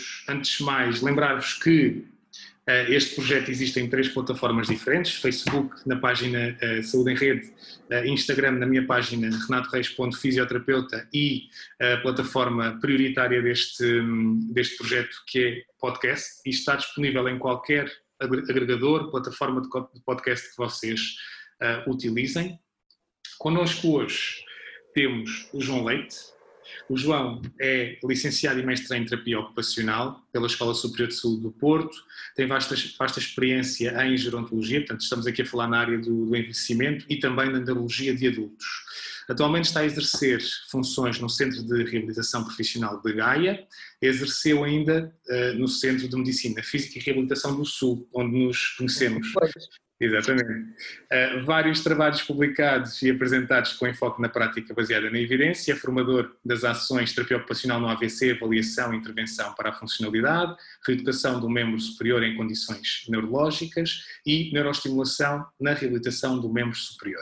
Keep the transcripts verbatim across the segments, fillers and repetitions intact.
todos. Antes de mais, lembrar-vos que uh, este projeto existe em três plataformas diferentes: Facebook, na página uh, Saúde em Rede, uh, Instagram, na minha página renato reis ponto fisioterapeuta, e a plataforma prioritária deste, deste projeto, que é podcast, e está disponível em qualquer agregador, plataforma de podcast que vocês uh, utilizem. Connosco hoje temos o João Leite. O João é licenciado e mestre em terapia ocupacional pela Escola Superior de Saúde do Porto, tem vasta, vasta experiência em gerontologia, portanto estamos aqui a falar na área do, do envelhecimento e também na neurologia de adultos. Atualmente está a exercer funções no Centro de Reabilitação Profissional de Gaia, exerceu ainda uh, no Centro de Medicina Física e Reabilitação do Sul, onde nos conhecemos. Exatamente. Uh, vários trabalhos publicados e apresentados com enfoque na prática baseada na evidência, é formador das ações de terapia ocupacional no A V C, avaliação e intervenção para a funcionalidade, reeducação do membro superior em condições neurológicas e neuroestimulação na reabilitação do membro superior.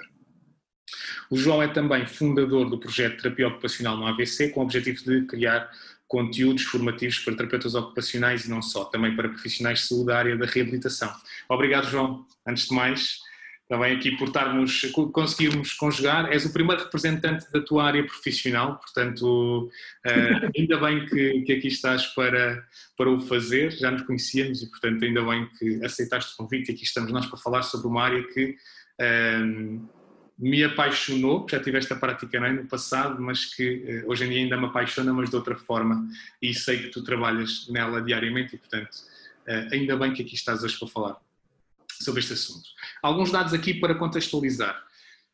O João é também fundador do projeto de terapia ocupacional no A V C, com o objetivo de criar conteúdos formativos para terapeutas ocupacionais e não só, também para profissionais de saúde da área da reabilitação. Obrigado, João, antes de mais, também aqui por estarmos, conseguirmos conjugar. És o primeiro representante da tua área profissional, portanto, ainda bem que, que aqui estás para, para o fazer, já nos conhecíamos e, portanto, ainda bem que aceitaste o convite e aqui estamos nós para falar sobre uma área que um, me apaixonou, já tive esta prática no passado, mas que hoje em dia ainda me apaixona, mas de outra forma, e sei que tu trabalhas nela diariamente e, portanto, ainda bem que aqui estás hoje para falar sobre este assunto. Alguns dados aqui para contextualizar.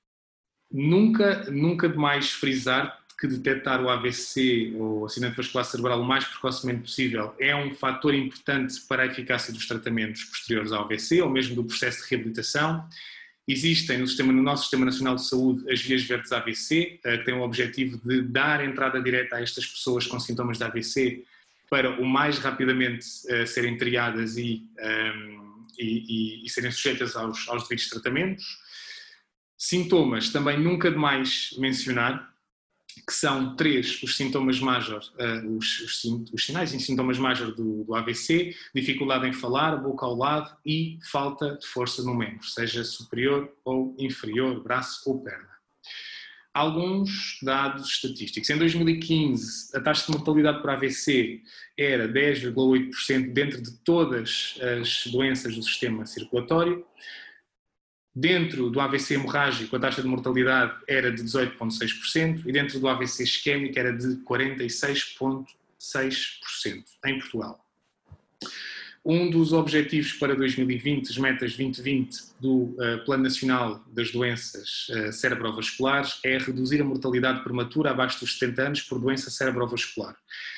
Nunca, nunca demais frisar que detectar o A V C ou acidente vascular cerebral o mais precocemente possível é um fator importante para a eficácia dos tratamentos posteriores ao A V C ou mesmo do processo de reabilitação. Existem no, sistema, no nosso Sistema Nacional de Saúde as vias verdes A V C, que têm o objetivo de dar entrada direta a estas pessoas com sintomas de A V C para o mais rapidamente uh, serem triadas e, um, e, e, e serem sujeitas aos, aos devidos tratamentos. Sintomas, também nunca demais mencionar, que são três os sintomas major, uh, os, os, os sinais e sintomas major do, do A V C: dificuldade em falar, boca ao lado e falta de força no membro, seja superior ou inferior, braço ou perna. Alguns dados estatísticos. Em dois mil e quinze, a taxa de mortalidade por A V C era dez vírgula oito por cento dentro de todas as doenças do sistema circulatório. Dentro do A V C hemorrágico, a taxa de mortalidade era de dezoito vírgula seis por cento e dentro do A V C isquémico era de quarenta e seis vírgula seis por cento em Portugal. Um dos objetivos para dois mil e vinte, as metas vinte vinte do uh, Plano Nacional das Doenças uh, Cerebrovasculares, é reduzir a mortalidade prematura abaixo dos setenta anos por doença cerebrovascular.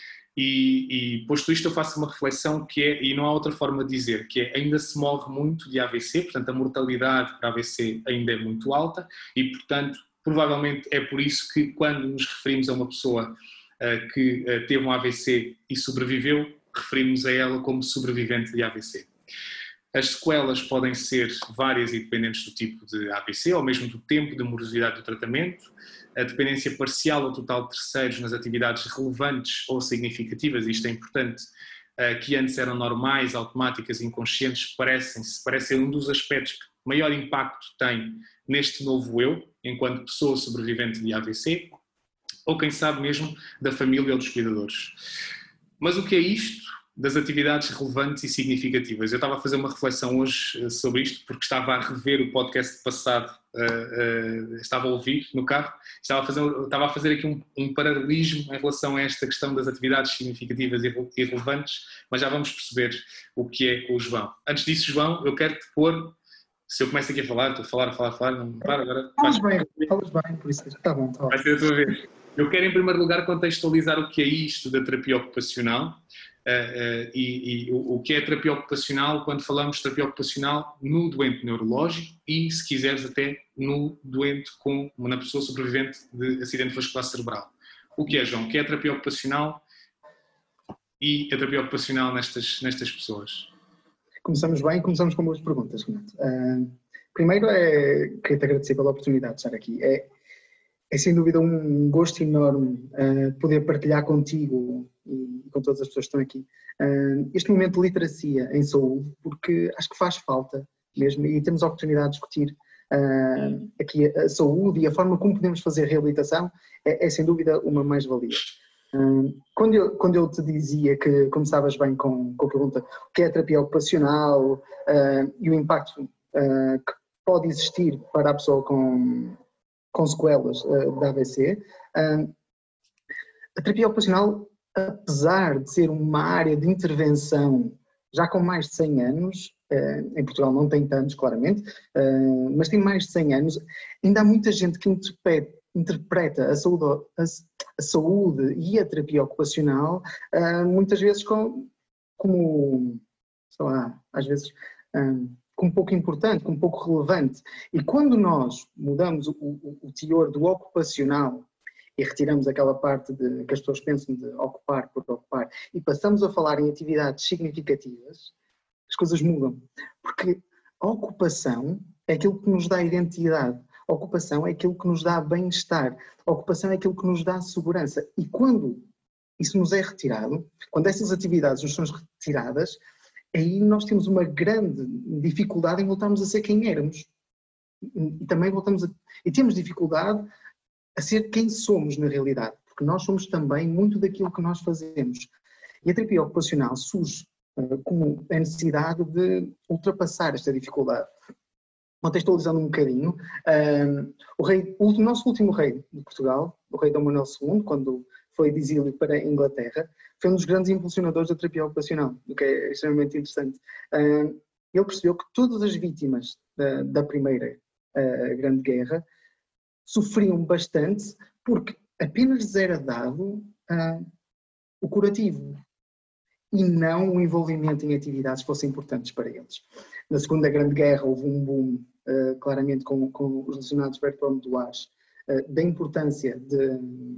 E, e posto isto, eu faço uma reflexão que é, e não há outra forma de dizer, que é: ainda se morre muito de A V C, portanto a mortalidade para A V C ainda é muito alta e, portanto, provavelmente é por isso que quando nos referimos a uma pessoa uh, que uh, teve um A V C e sobreviveu, referimos a ela como sobrevivente de A V C. As sequelas podem ser várias e dependentes do tipo de A V C ou mesmo do tempo de morosidade do tratamento. A dependência parcial ou total de terceiros nas atividades relevantes ou significativas, isto é importante, que antes eram normais, automáticas e inconscientes, parecem-se, parecem um dos aspectos que maior impacto tem neste novo eu, enquanto pessoa sobrevivente de A V C, ou quem sabe mesmo da família ou dos cuidadores. Mas o que é isto das atividades relevantes e significativas? Eu estava a fazer uma reflexão hoje sobre isto, porque estava a rever o podcast passado, uh, uh, estava a ouvir no carro, estava a fazer, estava a fazer aqui um, um paralelismo em relação a esta questão das atividades significativas e relevantes, mas já vamos perceber o que é com o João. Antes disso, João, eu quero-te pôr, se eu começo aqui a falar, estou a falar, a falar, a falar, não para agora. Falas bem, falas bem, por isso está bom. Tá. Vai ser a tua vez. Eu quero, em primeiro lugar, contextualizar o que é isto da terapia ocupacional uh, uh, e, e o, o que é a terapia ocupacional quando falamos de terapia ocupacional no doente neurológico e, se quiseres, até no doente com uma pessoa sobrevivente de acidente vascular cerebral. O que é, João? O que é a terapia ocupacional e a terapia ocupacional nestas, nestas pessoas? Começamos bem, começamos com boas perguntas, Renato. Uh, primeiro, é, queria-te agradecer pela oportunidade de estar aqui. É, É sem dúvida um gosto enorme uh, poder partilhar contigo e com todas as pessoas que estão aqui uh, este momento de literacia em saúde, porque acho que faz falta mesmo e temos a oportunidade de discutir uh, aqui a saúde e a forma como podemos fazer a reabilitação é, é sem dúvida uma mais-valia. Uh, quando, eu, quando eu te dizia que começavas bem com, com a pergunta o que é a terapia ocupacional uh, e o impacto uh, que pode existir para a pessoa com com sequelas uh, da A V C. Uh, a terapia ocupacional, apesar de ser uma área de intervenção já com mais de cem anos, uh, em Portugal não tem tantos, claramente, uh, mas tem mais de cem anos, ainda há muita gente que interpreta, interpreta a, saúde, a, a saúde e a terapia ocupacional uh, muitas vezes com, como, sei lá, às vezes... Um, como pouco importante, como pouco relevante. E quando nós mudamos o, o, o teor do ocupacional e retiramos aquela parte de, que as pessoas pensam de ocupar por ocupar e passamos a falar em atividades significativas, as coisas mudam. Porque a ocupação é aquilo que nos dá identidade, a ocupação é aquilo que nos dá bem-estar, a ocupação é aquilo que nos dá segurança. E quando isso nos é retirado, quando essas atividades nos são retiradas, aí nós temos uma grande dificuldade em voltarmos a ser quem éramos. E também voltamos a... E temos dificuldade a ser quem somos na realidade, porque nós somos também muito daquilo que nós fazemos. E a terapia ocupacional surge uh, como a necessidade de ultrapassar esta dificuldade. Contextualizando um bocadinho, uh, o, rei, o nosso último rei de Portugal, o rei Dom Manuel segundo, quando foi de exílio para a Inglaterra, foi um dos grandes impulsionadores da terapia ocupacional, o que é extremamente interessante. Uh, ele percebeu que todas as vítimas da, da Primeira uh, Grande Guerra sofriam bastante porque apenas lhes era dado uh, o curativo e não o envolvimento em atividades que fossem importantes para eles. Na Segunda Grande Guerra houve um boom, uh, claramente com, com os lesionados Bertrand Duarte, uh, da importância de...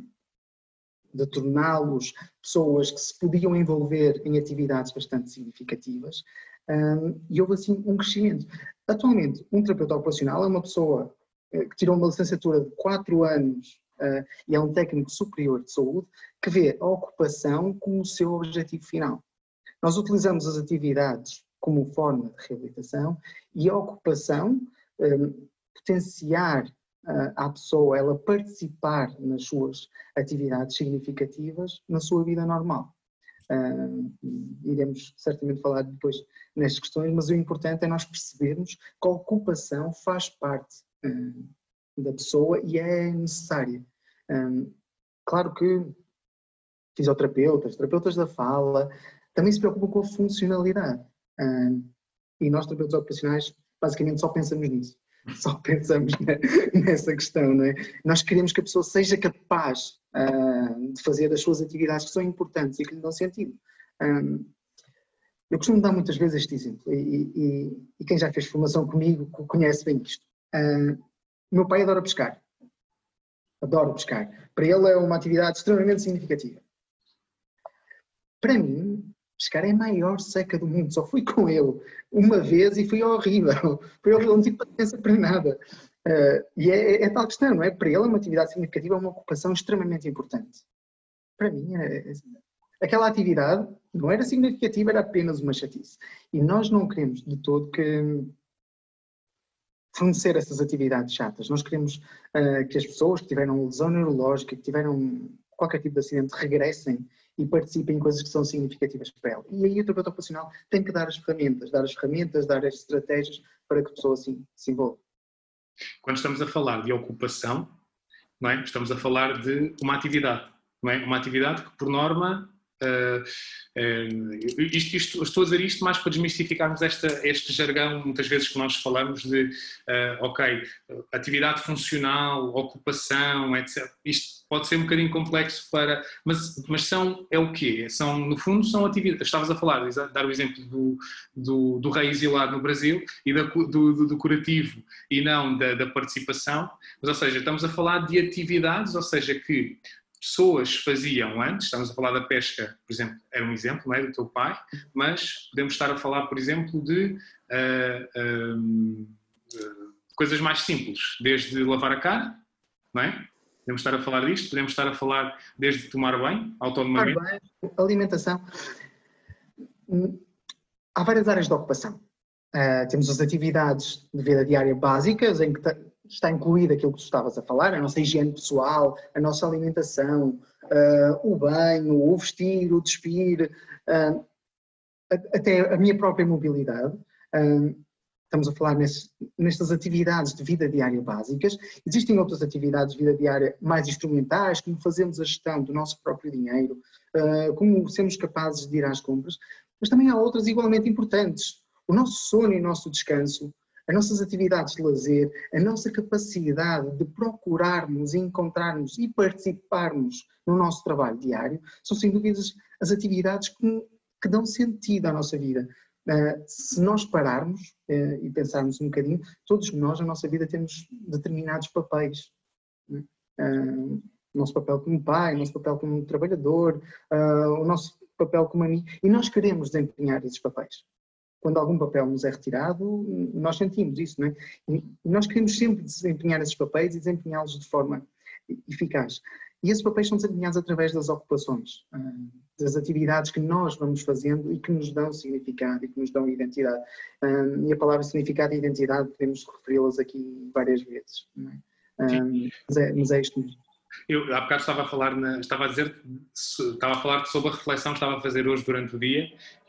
de torná-los pessoas que se podiam envolver em atividades bastante significativas, um, e houve assim um crescimento. Atualmente, um terapeuta ocupacional é uma pessoa uh, que tirou uma licenciatura de quatro anos uh, e é um técnico superior de saúde que vê a ocupação como o seu objetivo final. Nós utilizamos as atividades como forma de reabilitação e a ocupação, um, potenciar à pessoa ela participar nas suas atividades significativas na sua vida normal. Uh, iremos certamente falar depois nestas questões, mas o importante é nós percebermos que a ocupação faz parte uh, da pessoa e é necessária. Um, claro que fisioterapeutas, terapeutas da fala, também se preocupam com a funcionalidade. Uh, e nós, terapeutas ocupacionais, basicamente só pensamos nisso. Só pensamos nessa questão, não é? Nós queremos que a pessoa seja capaz uh, de fazer as suas atividades que são importantes e que lhe dão sentido. Um, eu costumo dar muitas vezes este exemplo e, e, e quem já fez formação comigo conhece bem isto. Uh, meu pai adora pescar. Adora pescar. Para ele é uma atividade extremamente significativa. Para mim, pescar é a maior seca do mundo. Só fui com ele uma vez e foi horrível. Foi horrível, não tive paciência para nada. Uh, e é, é, é tal questão, não é? Para ele é uma atividade significativa, é uma ocupação extremamente importante. Para mim, é, é, aquela atividade não era significativa, era apenas uma chatice. E nós não queremos de todo que fornecer essas atividades chatas. Nós queremos uh, que as pessoas que tiveram lesão neurológica, que tiveram qualquer tipo de acidente, regressem e participem em coisas que são significativas para ela. E aí o terapeuta ocupacional tem que dar as ferramentas, dar as ferramentas, dar as estratégias para que a pessoa assim, se envolva. Quando estamos a falar de ocupação, não é? Estamos a falar de uma atividade, não é? Uma atividade que, por norma, uh, uh, isto, isto, estou a dizer isto mais para desmistificarmos esta, este jargão, muitas vezes que nós falamos de, uh, ok, atividade funcional, ocupação, etcétera. Isto pode ser um bocadinho complexo para... Mas, mas são, é o quê? São, no fundo, são atividades... Estavas a falar, dar o exemplo do, do, do rei exilado no Brasil e da, do, do, do curativo e não da, da participação. Mas, ou seja, estamos a falar de atividades, ou seja, que pessoas faziam antes. Estamos a falar da pesca, por exemplo, era um exemplo, não é, do teu pai, mas podemos estar a falar, por exemplo, de uh, um, uh, coisas mais simples, desde lavar a cara, não é? Podemos estar a falar disto, podemos estar a falar desde tomar banho, autonomamente. Tomar banho, alimentação. Há várias áreas de ocupação. Uh, temos as atividades de vida diária básicas, em que está incluído aquilo que tu estavas a falar, a nossa higiene pessoal, a nossa alimentação, uh, o banho, o vestir, o despir, uh, até a minha própria mobilidade. Uh, estamos a falar nesse, nestas atividades de vida diária básicas. Existem outras atividades de vida diária mais instrumentais, como fazermos a gestão do nosso próprio dinheiro, uh, como sermos capazes de ir às compras, mas também há outras igualmente importantes. O nosso sono e o nosso descanso, as nossas atividades de lazer, a nossa capacidade de procurarmos, encontrarmos e participarmos no nosso trabalho diário, são sem dúvidas as atividades que, que dão sentido à nossa vida. Uh, se nós pararmos uh, e pensarmos um bocadinho, todos nós na nossa vida temos determinados papéis. Né? Uh, o nosso papel como pai, o nosso papel como trabalhador, uh, o nosso papel como amigo, e nós queremos desempenhar esses papéis. Quando algum papel nos é retirado, nós sentimos isso, não é? E nós queremos sempre desempenhar esses papéis e desempenhá-los de forma eficaz. E esses papéis são desempenhados através das ocupações, das atividades que nós vamos fazendo e que nos dão significado e que nos dão identidade. E a palavra significado e identidade podemos referi-las aqui várias vezes, não é? Mas, é, mas é isto mesmo. Eu há bocado estava a falar, na, estava a dizer, estava a falar sobre a reflexão que estava a fazer hoje durante o dia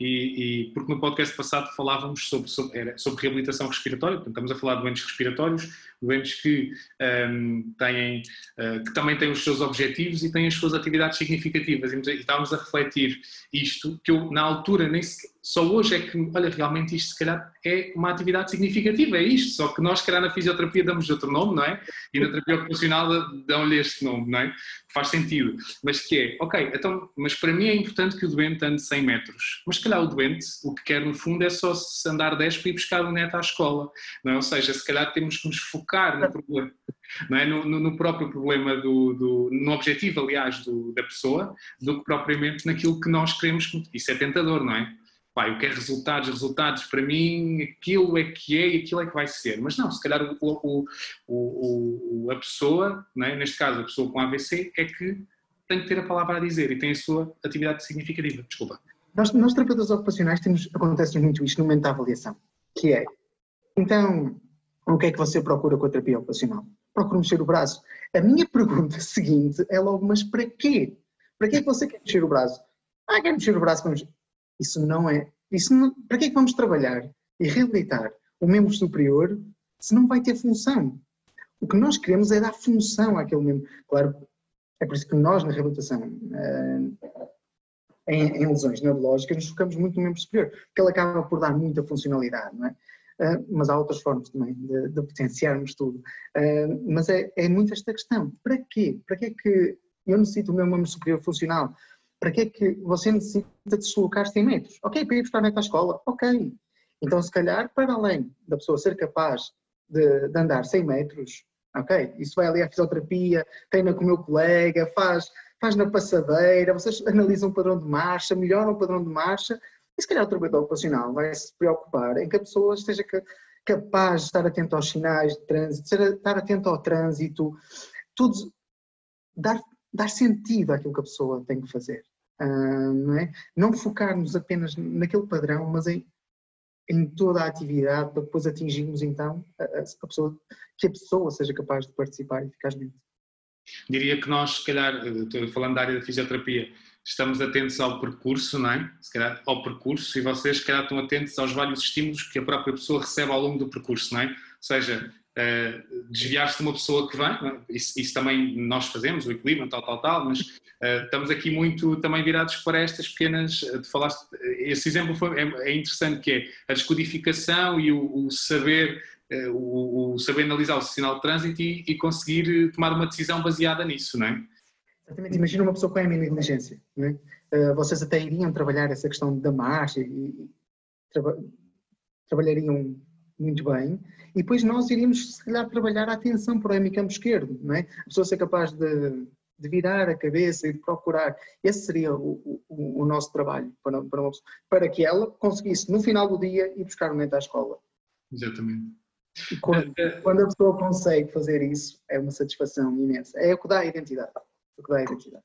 e, e porque no podcast passado falávamos sobre, sobre, era, sobre reabilitação respiratória, portanto estamos a falar de doentes respiratórios, doentes que, um, têm, uh, que também têm os seus objetivos e têm as suas atividades significativas e estávamos a refletir isto, que eu na altura nem sequer, só hoje é que, olha, realmente isto se calhar é uma atividade significativa, é isto, só que nós se calhar na fisioterapia damos outro nome, não é? E na terapia ocupacional dão-lhe este nome, não é? Faz sentido, mas que é, ok, então, mas para mim é importante que o doente ande cem metros, mas se calhar o doente, o que quer no fundo é só se andar dez para ir buscar o neto à escola, não é? Ou seja, se calhar temos que nos focar no problema, não é? no, no, no próprio problema, do, do, no objetivo, aliás, do, da pessoa, do que propriamente naquilo que nós queremos, isso é tentador, não é? Pá, eu quero resultados, resultados para mim, aquilo é que é e aquilo é que vai ser. Mas não, se calhar o, o, o, o, a pessoa, não é? Neste caso a pessoa com A V C, é que tem que ter a palavra a dizer e tem a sua atividade significativa. Desculpa. Nós, nós terapeutas ocupacionais, temos, acontece muito isto no momento da avaliação, que é, então, o que é que você procura com a terapia ocupacional? Procuro mexer o braço. A minha pergunta seguinte é logo, mas para quê? Para que é que você quer mexer o braço? Ah, quero mexer o braço para mexer. Isso não é... Isso não, para que é que vamos trabalhar e reabilitar o membro superior se não vai ter função? O que nós queremos é dar função àquele membro. Claro, é por isso que nós na reabilitação, em, em lesões neurológicas, nos focamos muito no membro superior, porque ele acaba por dar muita funcionalidade, não é? Mas há outras formas também de, de potenciarmos tudo. Mas é, é muito esta questão. Para quê? Para que é que eu necessito o meu membro superior funcional? Para que é que você necessita de se deslocar cem metros? Ok, para ir buscar neto à escola? Ok. Então, se calhar, para além da pessoa ser capaz de, de andar cem metros, ok, isso vai ali à fisioterapia, treina com o meu colega, faz, faz na passadeira, vocês analisam o padrão de marcha, melhoram o padrão de marcha, e se calhar o terapeuta ocupacional vai se preocupar em que a pessoa esteja capaz de estar atento aos sinais de trânsito, estar atento ao trânsito, tudo, dar, dar sentido àquilo que a pessoa tem que fazer. Uh, não é? Não focarmos apenas naquele padrão, mas em, em toda a atividade para depois atingirmos então a, a pessoa, que a pessoa seja capaz de participar eficazmente. Diria que nós, se calhar, falando da área da fisioterapia, estamos atentos ao percurso, não é? Se calhar ao percurso, e vocês, se calhar, estão atentos aos vários estímulos que a própria pessoa recebe ao longo do percurso, não é? Ou seja, uh, desviar-se de uma pessoa que vem, é? isso, isso também nós fazemos, o equilíbrio, tal, tal, tal, mas uh, estamos aqui muito também virados para estas pequenas, de falaste, esse exemplo foi, é, é interessante, que é a descodificação e o, o saber, uh, o, o saber analisar o sinal de trânsito e, e conseguir tomar uma decisão baseada nisso, não é? Exatamente, imagina uma pessoa com a negligência, não é? Uh, vocês até iriam trabalhar essa questão da marcha e, e traba, trabalhariam muito bem, e depois nós iríamos, se calhar, trabalhar a atenção para o hemicampo esquerdo, não é? A pessoa ser capaz de, de virar a cabeça e de procurar. Esse seria o, o, o nosso trabalho para, para, uma pessoa, para que ela conseguisse, no final do dia, ir buscar o neto à escola. Exatamente. E quando, quando a pessoa consegue fazer isso, é uma satisfação imensa. É o que dá a identidade. É o que dá a identidade.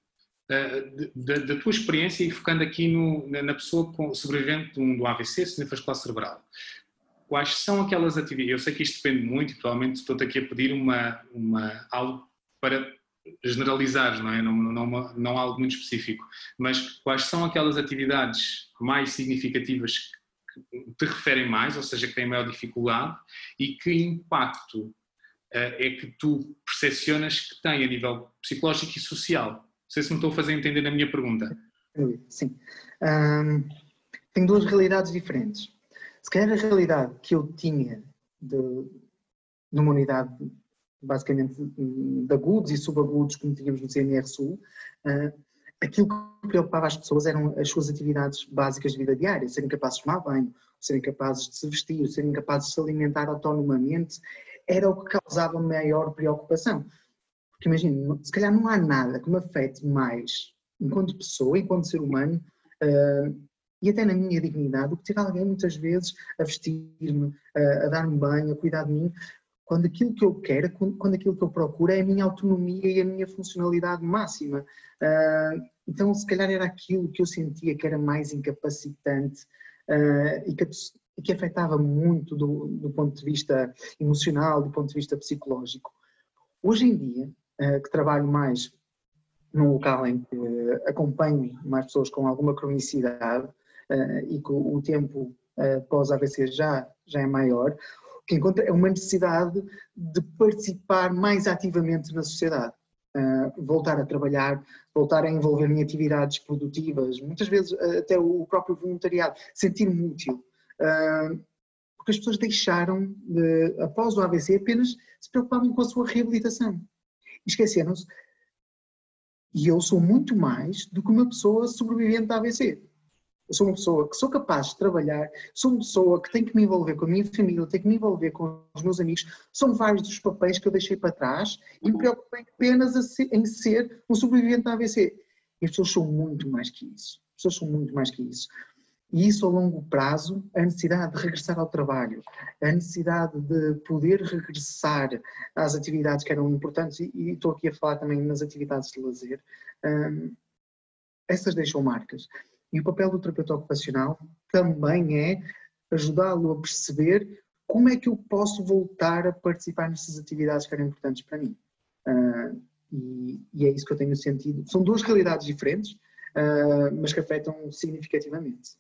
Da, da tua experiência e focando aqui no, na, na pessoa com, sobrevivente do, do A V C, síndrome vascular cerebral, quais são aquelas atividades? Eu sei que isto depende muito e provavelmente estou-te aqui a pedir uma, uma, algo para generalizar, não é? Não, não, não, não algo muito específico, mas quais são aquelas atividades mais significativas que te referem mais, ou seja, que têm maior dificuldade, e que impacto uh, é que tu percepcionas que tem a nível psicológico e social? Não sei se me estou a fazer entender na minha pergunta. Sim. Um, tenho duas realidades diferentes. Se calhar a realidade que eu tinha de, numa unidade basicamente de agudos e subagudos, como tínhamos no C N R Sul, uh, aquilo que preocupava as pessoas eram as suas atividades básicas de vida diária, serem capazes de tomar banho, serem capazes de se vestir, serem capazes de se alimentar autonomamente, era o que causava maior preocupação. Porque imagina, se calhar não há nada que me afete mais, enquanto pessoa, enquanto ser humano, uh, e até na minha dignidade, do que ter alguém muitas vezes a vestir-me, a, a dar-me banho, a cuidar de mim, quando aquilo que eu quero, quando aquilo que eu procuro é a minha autonomia e a minha funcionalidade máxima. Uh, então, se calhar era aquilo que eu sentia que era mais incapacitante uh, e, que, e que afetava muito do, do ponto de vista emocional, do ponto de vista psicológico. Hoje em dia, uh, que trabalho mais num local em que uh, acompanho mais pessoas com alguma cronicidade uh, e que o, o tempo uh, pós-A V C já, já é maior, que encontra é uma necessidade de participar mais ativamente na sociedade, uh, voltar a trabalhar, voltar a envolver-me em atividades produtivas, muitas vezes uh, até o próprio voluntariado, sentir-me útil, uh, porque as pessoas deixaram, de, após o A V C, apenas se preocupavam com a sua reabilitação, e esqueceram-se, e eu sou muito mais do que uma pessoa sobrevivente da A V C. Eu sou uma pessoa que sou capaz de trabalhar, sou uma pessoa que tem que me envolver com a minha família, tenho que me envolver com os meus amigos. São vários dos papéis que eu deixei para trás e me preocupei apenas a ser, em ser um sobrevivente da A V C. E as pessoas são muito mais que isso. As pessoas são muito mais que isso. E isso, a longo prazo, a necessidade de regressar ao trabalho, a necessidade de poder regressar às atividades que eram importantes, e, e estou aqui a falar também nas atividades de lazer, hum, essas deixam marcas. E o papel do terapeuta ocupacional também é ajudá-lo a perceber como é que eu posso voltar a participar nessas atividades que eram importantes para mim. Uh, e, e é isso que eu tenho sentido. São duas realidades diferentes, uh, mas que afetam significativamente.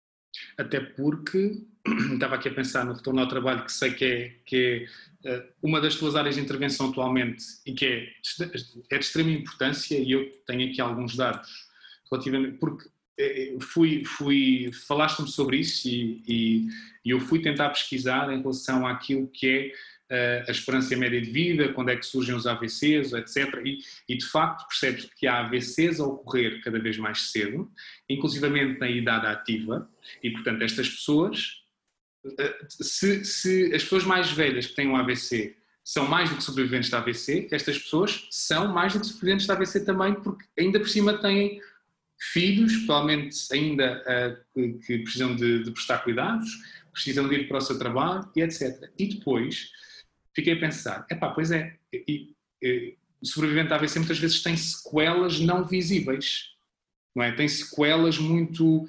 Até porque, estava aqui a pensar no retorno ao trabalho, que sei que é, que é uh, uma das tuas áreas de intervenção atualmente e que é, é de extrema importância, e eu tenho aqui alguns dados relativamente, porque Fui, fui, falaste-me sobre isso e, e, e eu fui tentar pesquisar em relação àquilo que é uh, a esperança média de vida, quando é que surgem os A V Cs, etcétera. E, e de facto percebes que há A V Cs a ocorrer cada vez mais cedo, inclusivamente na idade ativa, e portanto estas pessoas, uh, se, se as pessoas mais velhas que têm um A V C são mais do que sobreviventes da A V C, estas pessoas são mais do que sobreviventes da A V C também, porque ainda por cima têm filhos, provavelmente ainda uh, que, que precisam de, de prestar cuidados, precisam de ir para o seu trabalho e etcétera. E depois fiquei a pensar, epá, pois é, e, e, o sobrevivente da A V C muitas vezes tem sequelas não visíveis, não é? Tem sequelas muito uh,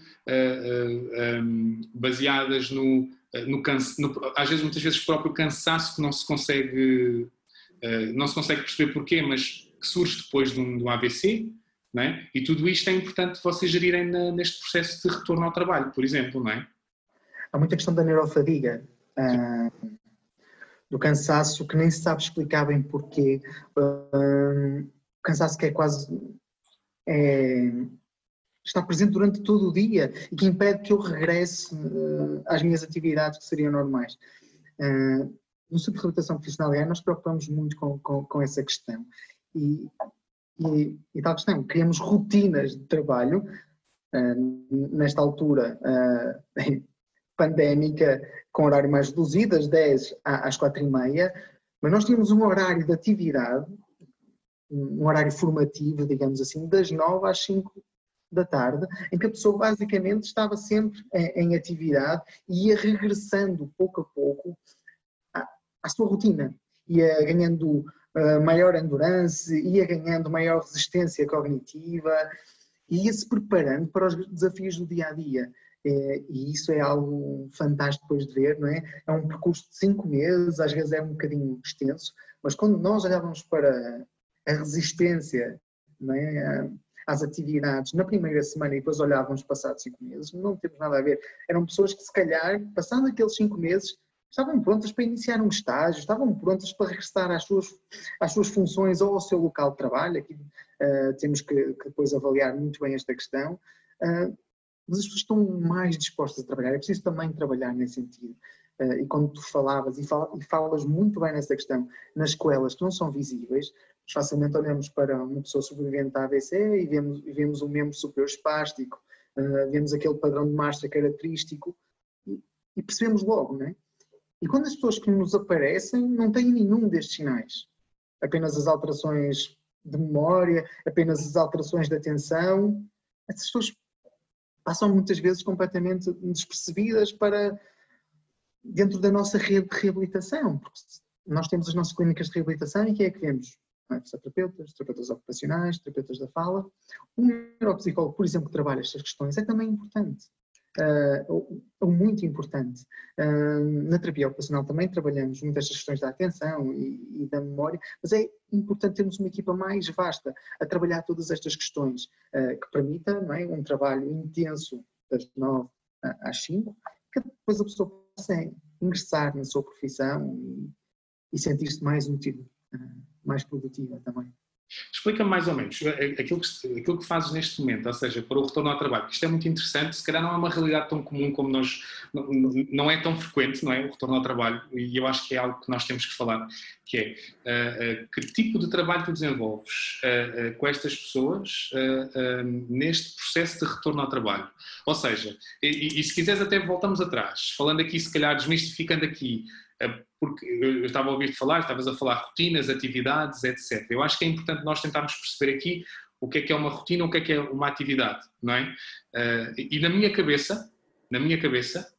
uh, um, baseadas no, uh, no, cansa, no, às vezes, muitas vezes, próprio cansaço que não se consegue, uh, não se consegue perceber porquê, mas que surge depois de um, de um A V C. Não é? E tudo isto é importante vocês gerirem na, neste processo de retorno ao trabalho, por exemplo, não é? Há muita questão da neurofadiga, uh, do cansaço que nem se sabe explicar bem porquê. Uh, o cansaço que é quase... É, está presente durante todo o dia e que impede que eu regresse uh, às minhas atividades que seriam normais. Uh, no Centro de Reabilitação Profissional, nós preocupamos muito com, com, com essa questão. E, E, e tal questão, criamos rotinas de trabalho, uh, nesta altura uh, pandémica, com horário mais reduzido, das dez às quatro e meia, mas nós tínhamos um horário de atividade, um horário formativo, digamos assim, das nove às cinco da tarde, em que a pessoa basicamente estava sempre em, em atividade e ia regressando pouco a pouco à sua rotina, ia ganhando uh, maior endurance, ia ganhando maior resistência cognitiva e ia se preparando para os desafios do dia a dia. É, e isso é algo fantástico depois de ver, não é? É um percurso de cinco meses, às vezes é um bocadinho extenso, mas quando nós olhávamos para a resistência, não é? Às atividades na primeira semana e depois olhávamos passados cinco meses, não temos nada a ver. Eram pessoas que se calhar, passando aqueles cinco meses, estavam prontas para iniciar um estágio, estavam prontas para regressar às suas, às suas funções ou ao seu local de trabalho. Aqui uh, temos que, que depois avaliar muito bem esta questão. Uh, mas as pessoas estão mais dispostas a trabalhar, é preciso também trabalhar nesse sentido. Uh, e quando tu falavas, e, fal, e falas muito bem nessa questão, nas escolas que não são visíveis, facilmente olhamos para uma pessoa sobrevivente à A V C e vemos, e vemos um membro superior espástico, uh, vemos aquele padrão de marcha característico e, e percebemos logo, não é? E quando as pessoas que nos aparecem não têm nenhum destes sinais, apenas as alterações de memória, apenas as alterações de atenção, essas pessoas passam muitas vezes completamente despercebidas para dentro da nossa rede de reabilitação, porque nós temos as nossas clínicas de reabilitação e quem é que vemos? Fisioterapeutas, terapeutas ocupacionais, terapeutas da fala. Um neuropsicólogo, por exemplo, que trabalha estas questões é também importante. Uh, ou muito importante. Uh, na terapia ocupacional também trabalhamos muitas estas questões da atenção e, e da memória, mas é importante termos uma equipa mais vasta a trabalhar todas estas questões, uh, que permita, não é, um trabalho intenso das nove às cinco, que depois a pessoa possa ingressar na sua profissão e, e sentir-se mais útil, uh, mais produtiva também. Explica-me mais ou menos aquilo que, aquilo que fazes neste momento, ou seja, para o retorno ao trabalho. Isto é muito interessante, se calhar não é uma realidade tão comum como nós, não, não é tão frequente, não é, o retorno ao trabalho, e eu acho que é algo que nós temos que falar, que é uh, uh, que tipo de trabalho tu desenvolves uh, uh, com estas pessoas uh, uh, neste processo de retorno ao trabalho. Ou seja, e, e se quiseres até voltamos atrás, falando aqui, se calhar desmistificando aqui, porque eu estava a ouvir-te falar, estavas a falar rotinas, atividades, etcétera. Eu acho que é importante nós tentarmos perceber aqui o que é que é uma rotina, o que é que é uma atividade, não é? Uh, e na minha cabeça, na minha cabeça,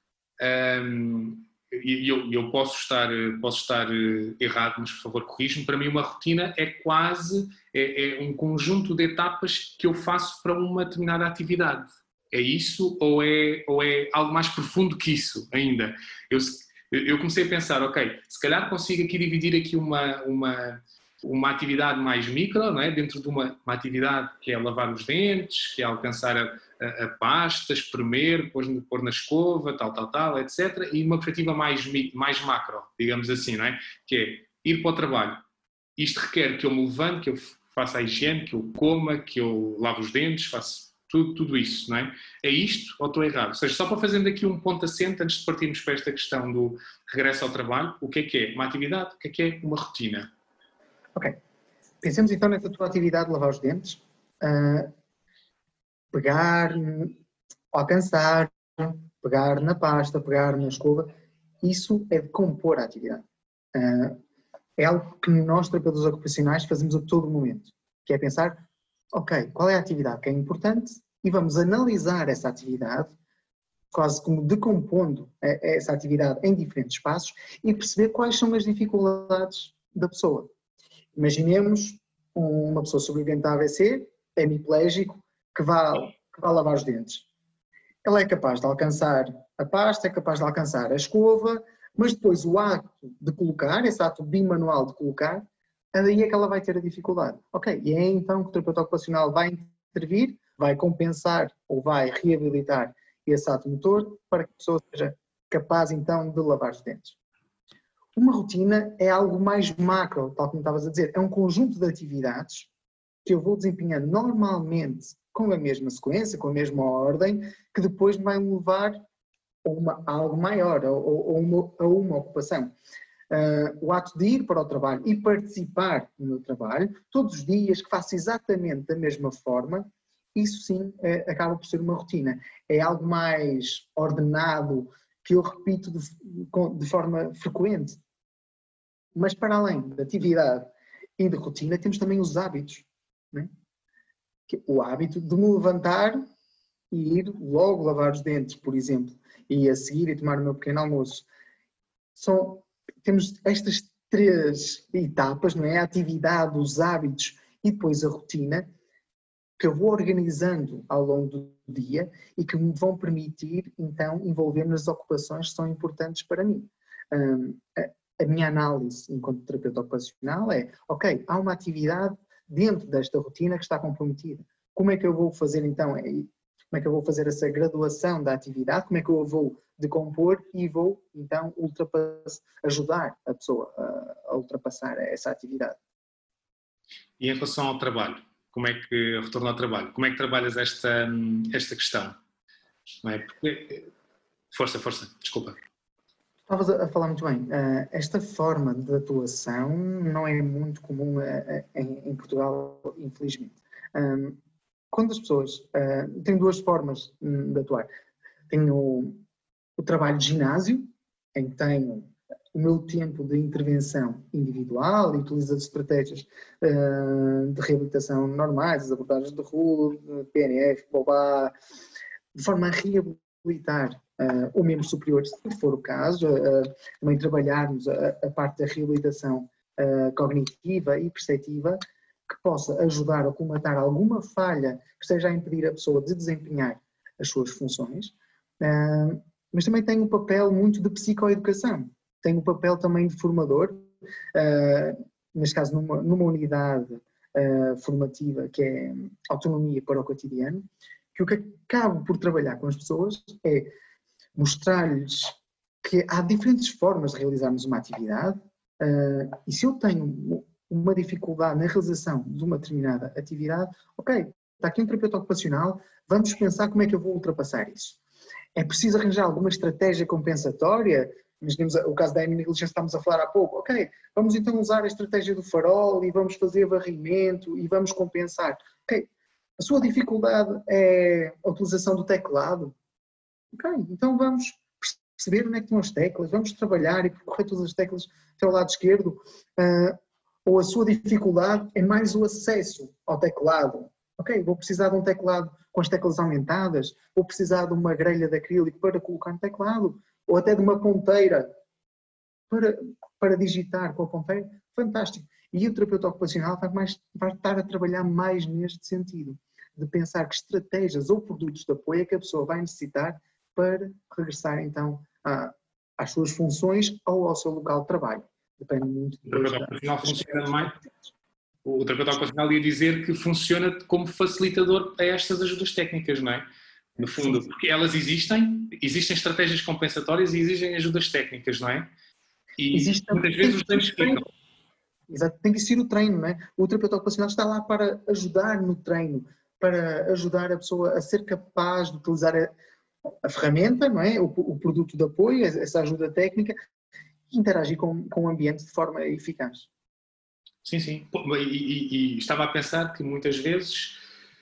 um, e eu, eu posso estar, posso estar errado, mas por favor corrige-me, para mim uma rotina é quase, é, é um conjunto de etapas que eu faço para uma determinada atividade. É isso ou é, ou é algo mais profundo que isso ainda? Eu Eu comecei a pensar, ok, se calhar consigo aqui dividir aqui uma, uma, uma atividade mais micro, não é? Dentro de uma, uma atividade que é lavar os dentes, que é alcançar a, a, a pasta, espremer, pôr, pôr na escova, tal, tal, tal, etcétera. E uma perspectiva mais, mais macro, digamos assim, não é? Que é ir para o trabalho. Isto requer que eu me levante, que eu faça a higiene, que eu coma, que eu lave os dentes, faço... Tudo, tudo isso, não é? É isto ou estou errado? Ou seja, só para fazermos aqui um ponto assente, antes de partirmos para esta questão do regresso ao trabalho, o que é que é uma atividade, o que é que é uma rotina? Ok. Pensemos então nessa tua atividade de lavar os dentes. Uh, pegar, alcançar, pegar na pasta, pegar na escova, isso é de compor a atividade. Uh, é algo que nós, terapeutas ocupacionais, fazemos a todo momento, que é pensar, ok, qual é a atividade que é importante e vamos analisar essa atividade, quase como decompondo essa atividade em diferentes passos e perceber quais são as dificuldades da pessoa. Imaginemos uma pessoa sobrevivente à A V C, hemiplégico, que vai, que vai lavar os dentes. Ela é capaz de alcançar a pasta, é capaz de alcançar a escova, mas depois o ato de colocar, esse ato bimanual de colocar, aí é que ela vai ter a dificuldade. Ok, e é então que o terapeuta ocupacional vai intervir, vai compensar ou vai reabilitar esse ato motor para que a pessoa seja capaz então de lavar os dentes. Uma rotina é algo mais macro, tal como estavas a dizer, é um conjunto de atividades que eu vou desempenhando normalmente com a mesma sequência, com a mesma ordem, que depois me vai levar a, uma, a algo maior, a, a, uma, a uma ocupação. Uh, o ato de ir para o trabalho e participar no meu trabalho, todos os dias, que faço exatamente da mesma forma, isso sim é, acaba por ser uma rotina. É algo mais ordenado, que eu repito de, de forma frequente. Mas para além da atividade e de rotina, temos também os hábitos. Né? O hábito de me levantar e ir logo lavar os dentes, por exemplo, e a seguir e tomar o meu pequeno almoço. São temos estas três etapas, não é? A atividade, os hábitos e depois a rotina, que eu vou organizando ao longo do dia e que me vão permitir, então, envolver-me nas ocupações que são importantes para mim. Um, a, a minha análise enquanto terapeuta ocupacional é, ok, há uma atividade dentro desta rotina que está comprometida. Como é que eu vou fazer, então, é, como é que eu vou fazer essa graduação da atividade, como é que eu vou decompor e vou, então, ultrapassar, ajudar a pessoa a, a ultrapassar essa atividade. E em relação ao trabalho, como é que, retorno ao trabalho, como é que trabalhas esta, esta questão? Não é? Porque, força, força, desculpa. Estavas a falar muito bem. Esta forma de atuação não é muito comum em Portugal, infelizmente. Quando as pessoas têm duas formas de atuar. Tenho o trabalho de ginásio, em que tenho o meu tempo de intervenção individual e utilizo as estratégias uh, de reabilitação normais, as abordagens de R U L, P N F, B O B A, de forma a reabilitar uh, o membro superior, se for o caso, uh, também trabalharmos a, a parte da reabilitação uh, cognitiva e perceptiva, que possa ajudar a colmatar alguma falha que esteja a impedir a pessoa de desempenhar as suas funções, uh, mas também tem um papel muito de psicoeducação. Tem um papel também de formador, uh, neste caso numa, numa unidade uh, formativa que é autonomia para o cotidiano, que o que acabo por trabalhar com as pessoas é mostrar-lhes que há diferentes formas de realizarmos uma atividade uh, e se eu tenho uma dificuldade na realização de uma determinada atividade, ok, está aqui um terapeuta ocupacional, vamos pensar como é que eu vou ultrapassar isso. É preciso arranjar alguma estratégia compensatória. Imaginemos o caso da negligência que estávamos a falar há pouco. Ok, vamos então usar a estratégia do farol e vamos fazer varrimento e vamos compensar. Ok, a sua dificuldade é a utilização do teclado. Ok, então vamos perceber onde é que estão as teclas, vamos trabalhar e percorrer todas as teclas até ao lado esquerdo. Uh, ou a sua dificuldade é mais o acesso ao teclado. Ok, vou precisar de um teclado com as teclas aumentadas, vou precisar de uma grelha de acrílico para colocar no teclado, ou até de uma ponteira para, para digitar com a ponteira. Fantástico. E o terapeuta ocupacional vai, mais, vai estar a trabalhar mais neste sentido, de pensar que estratégias ou produtos de apoio é que a pessoa vai necessitar para regressar então a, às suas funções ou ao seu local de trabalho. Depende muito. O terapeuta ocupacional funciona mais. O terapeuta ocupacional ia dizer que funciona como facilitador a estas ajudas técnicas, não é? No fundo, sim, porque elas existem, existem estratégias compensatórias e existem ajudas técnicas, não é? E existe, muitas vezes os treinos ficam. Exato, tem que existir o treino, não é? O terapeuta ocupacional está lá para ajudar no treino, para ajudar a pessoa a ser capaz de utilizar a, a ferramenta, não é? O, o produto de apoio, essa ajuda técnica, e interagir com, com o ambiente de forma eficaz. Sim, sim. E, e, e estava a pensar que muitas vezes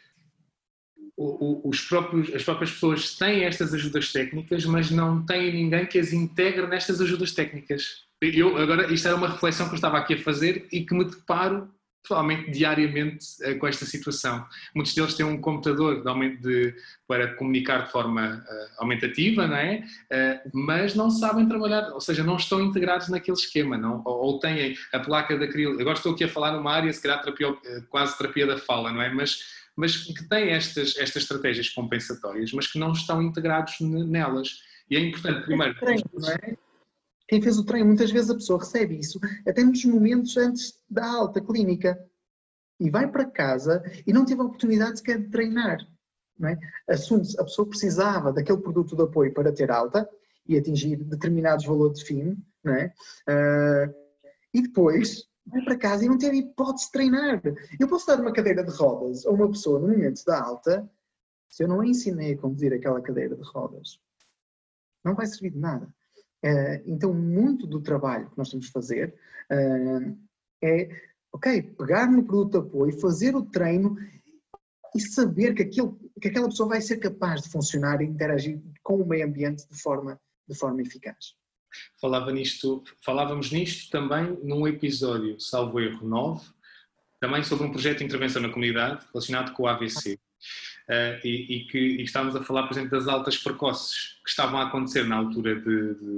o, o, os próprios, as próprias pessoas têm estas ajudas técnicas, mas não têm ninguém que as integre nestas ajudas técnicas. Eu, agora, isto era uma reflexão que eu estava aqui a fazer e que me deparo provavelmente diariamente uh, com esta situação. Muitos deles têm um computador de, de, para comunicar de forma uh, aumentativa, não é? Uh, mas não sabem trabalhar, ou seja, não estão integrados naquele esquema, não? Ou, ou têm a placa de acrílico. Agora estou aqui a falar numa área, se calhar terapia, uh, quase terapia da fala, não é? Mas, mas que têm estas, estas estratégias compensatórias, mas que não estão integrados nelas. E é importante, primeiro... Não é? Quem fez o treino, muitas vezes a pessoa recebe isso até nos momentos antes da alta clínica e vai para casa e não teve a oportunidade sequer de treinar. Não é? Assume-se, a pessoa precisava daquele produto de apoio para ter alta e atingir determinados valores de fim, não é? Uh, e depois vai para casa e não teve hipótese de treinar. Eu posso dar uma cadeira de rodas a uma pessoa no momento da alta, se eu não a ensinei a conduzir aquela cadeira de rodas, não vai servir de nada. Uh, então, muito do trabalho que nós temos de fazer uh, é, ok, pegar no produto de apoio, fazer o treino e saber que, aquilo, que aquela pessoa vai ser capaz de funcionar e interagir com o meio ambiente de forma, de forma eficaz. Falava nisto, falávamos nisto também num episódio, salvo erro, nove, também sobre um projeto de intervenção na comunidade relacionado com o A V C. Uh, e, e que e estávamos a falar, por exemplo, das altas precoces que estavam a acontecer na altura de, de,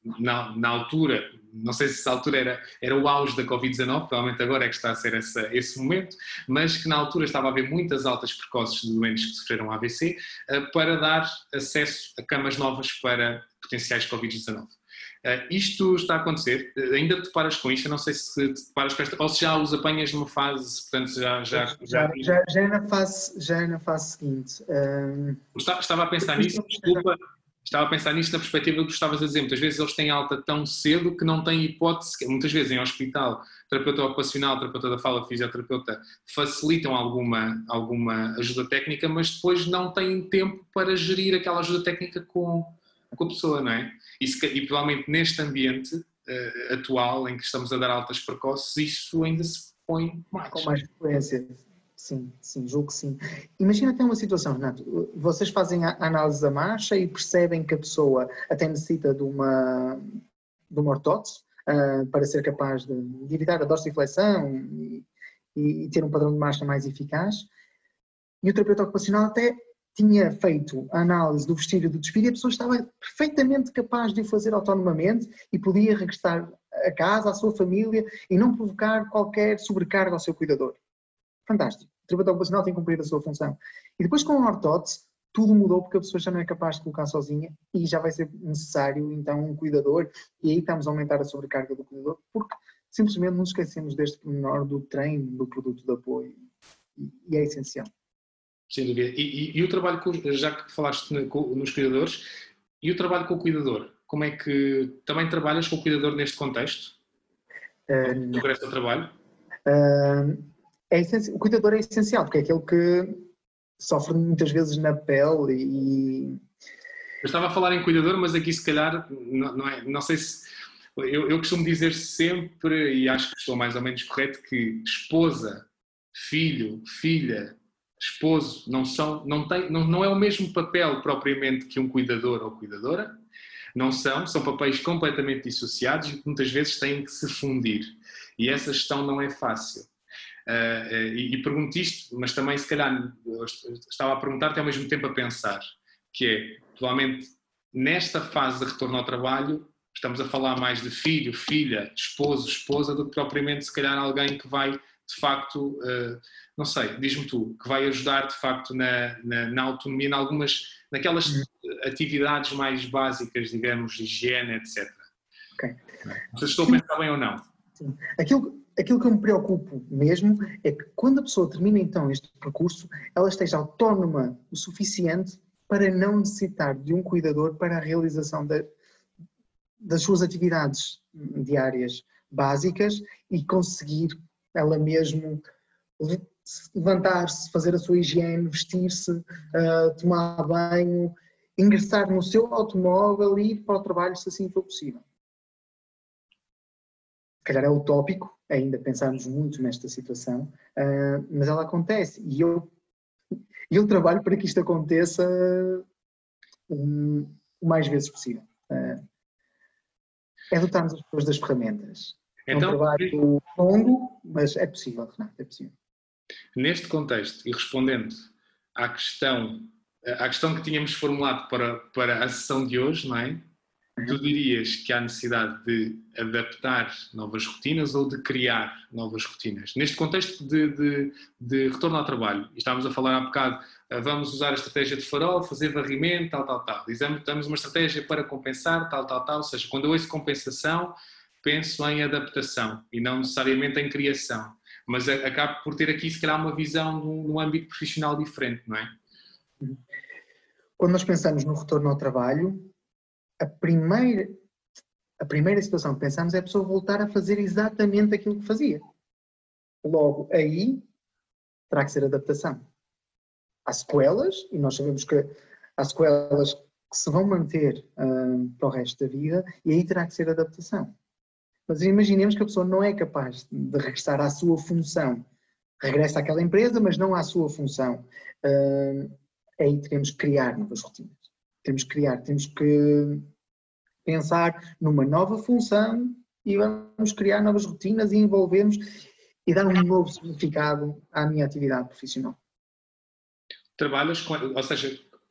na, na altura, não sei se essa altura era, era o auge da covid dezanove, provavelmente agora é que está a ser essa, esse momento, mas que na altura estava a haver muitas altas precoces de doentes que sofreram A V C para dar acesso a camas novas para potenciais covid dezanove. Isto está a acontecer, ainda te deparas com isto, eu não sei se te deparas com esta, ou se já os apanhas numa fase, portanto já... Já, já, já, já, já, é, na fase, já é na fase seguinte. Um... Estava a pensar nisso, desculpa, estava a pensar nisto na perspectiva que tu estavas a dizer, muitas vezes eles têm alta tão cedo que não têm hipótese, muitas vezes em hospital, terapeuta ocupacional, terapeuta da fala, fisioterapeuta, facilitam alguma, alguma ajuda técnica, mas depois não têm tempo para gerir aquela ajuda técnica com, com a pessoa, não é? E, se, e provavelmente neste ambiente uh, atual, em que estamos a dar altas precoces, isso ainda se põe mais. Com mais frequência. Sim, sim, julgo que sim. Imagina até uma situação, Renato, vocês fazem a análise da marcha e percebem que a pessoa até necessita de uma, de uma ortótese uh, para ser capaz de, de evitar a dorsiflexão e, e ter um padrão de marcha mais eficaz, e o terapeuta ocupacional até tinha feito a análise do vestir e do despir e a pessoa estava perfeitamente capaz de o fazer autonomamente e podia regressar a casa, à sua família e não provocar qualquer sobrecarga ao seu cuidador. Fantástico. O terapeuta ocupacional tem cumprido a sua função. E depois com a ortótese, tudo mudou porque a pessoa já não é capaz de colocar sozinha e já vai ser necessário então um cuidador e aí estamos a aumentar a sobrecarga do cuidador porque simplesmente nos esquecemos deste pormenor do treino do produto de apoio e é essencial. Sem dúvida. E, e, e o trabalho, com, já que falaste nos cuidadores, e o trabalho com o cuidador? Como é que também trabalhas com o cuidador neste contexto? Uh, Sobre esse trabalho? Uh, é o cuidador é essencial, porque é aquele que sofre muitas vezes na pele e... Eu estava a falar em cuidador, mas aqui se calhar, não, não, é, não sei se... Eu, eu costumo dizer sempre, e acho que estou mais ou menos correto, que esposa, filho, filha... esposo, não, são, não, tem, não, não é o mesmo papel propriamente que um cuidador ou cuidadora, não são, são papéis completamente dissociados e que muitas vezes têm que se fundir. E essa gestão não é fácil. Uh, uh, e, e pergunto isto, mas também se calhar estava a perguntar-te ao mesmo tempo a pensar, que é, provavelmente, nesta fase de retorno ao trabalho, estamos a falar mais de filho, filha, esposo, esposa, do que propriamente se calhar alguém que vai, de facto... Uh, não sei, diz-me tu, que vai ajudar de facto na, na, na autonomia, em algumas, naquelas atividades mais básicas, digamos, de higiene, etcétera. Ok. Não sei se estou a pensar bem ou não. Sim. Aquilo, aquilo que eu me preocupo mesmo é que quando a pessoa termina então este percurso, ela esteja autónoma o suficiente para não necessitar de um cuidador para a realização de, das suas atividades diárias básicas e conseguir ela mesmo levantar-se, fazer a sua higiene, vestir-se, uh, tomar banho, ingressar no seu automóvel e ir para o trabalho se assim for possível. Se calhar é utópico ainda pensarmos muito nesta situação, uh, mas ela acontece e eu, eu trabalho para que isto aconteça um, o mais vezes possível. Uh, é dotarmos as pessoas das ferramentas. Então, é um trabalho longo, mas é possível, Renato, é possível. Neste contexto, e respondendo à questão, à questão que tínhamos formulado para, para a sessão de hoje, não é? Uhum. Tu dirias que há necessidade de adaptar novas rotinas ou de criar novas rotinas? Neste contexto de, de, de retorno ao trabalho, e estávamos a falar há bocado, vamos usar a estratégia de farol, fazer varrimento, tal, tal, tal. Dizemos uma estratégia para compensar, tal, tal, tal. Ou seja, quando eu ouço compensação, penso em adaptação e não necessariamente em criação. Mas acabo por ter aqui, se calhar, uma visão num âmbito profissional diferente, não é? Quando nós pensamos no retorno ao trabalho, a primeira, a primeira situação que pensamos é a pessoa voltar a fazer exatamente aquilo que fazia. Logo, aí terá que ser adaptação. Há sequelas, e nós sabemos que há sequelas que se vão manter uh, para o resto da vida, e aí terá que ser adaptação. Mas imaginemos que a pessoa não é capaz de regressar à sua função. Regressa àquela empresa, mas não à sua função. Uh, aí teremos que criar novas rotinas. Temos que criar, temos que pensar numa nova função e vamos criar novas rotinas e envolvermos e dar um novo significado à minha atividade profissional. Trabalhas com, ou seja,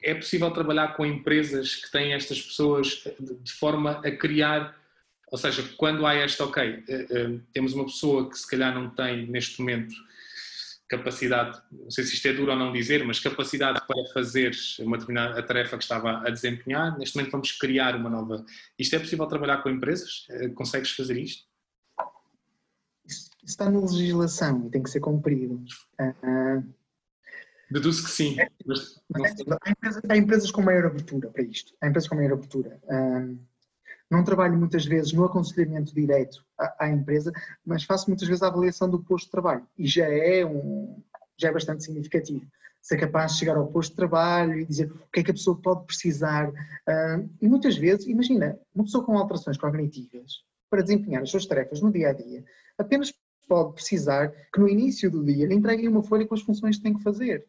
é possível trabalhar com empresas que têm estas pessoas de forma a criar, ou seja, quando há esta, ok, temos uma pessoa que se calhar não tem neste momento capacidade, não sei se isto é duro ou não dizer, mas capacidade para fazer uma determinada tarefa que estava a desempenhar, neste momento vamos criar uma nova. Isto é possível trabalhar com empresas? Consegues fazer isto? Isso está na legislação e tem que ser cumprido. Uh, Deduzo que sim. É, mas mas há, empresas, há empresas com maior abertura para isto. Há empresas com maior abertura. Uh, não trabalho muitas vezes no aconselhamento direto à, à empresa, mas faço muitas vezes a avaliação do posto de trabalho. E já é, um, já é bastante significativo. Ser capaz de chegar ao posto de trabalho e dizer o que é que a pessoa pode precisar. Uh, e muitas vezes, imagina, uma pessoa com alterações cognitivas, para desempenhar as suas tarefas no dia-a-dia, apenas pode precisar que no início do dia lhe entreguem uma folha com as funções que tem que fazer.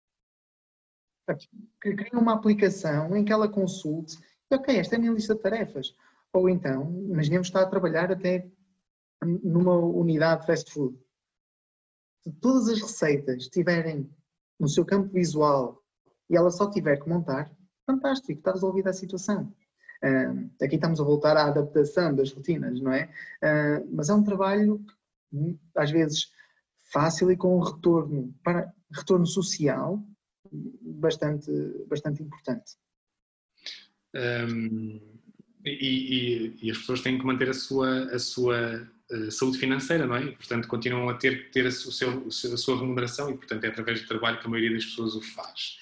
Que criem uma aplicação em que ela consulte, ok, esta é a minha lista de tarefas. Ou então, imaginemos que está a trabalhar até numa unidade de fast food. Se todas as receitas estiverem no seu campo visual e ela só tiver que montar, fantástico, está resolvida a situação. Uh, aqui estamos a voltar à adaptação das rotinas, não é? Uh, mas é um trabalho, às vezes, fácil e com um retorno, para, retorno social bastante, bastante importante. Um, e, e, e as pessoas têm que manter a sua, a sua uh, saúde financeira, não é? E, portanto, continuam a ter que ter a, seu, a sua remuneração e, portanto, é através do trabalho que a maioria das pessoas o faz.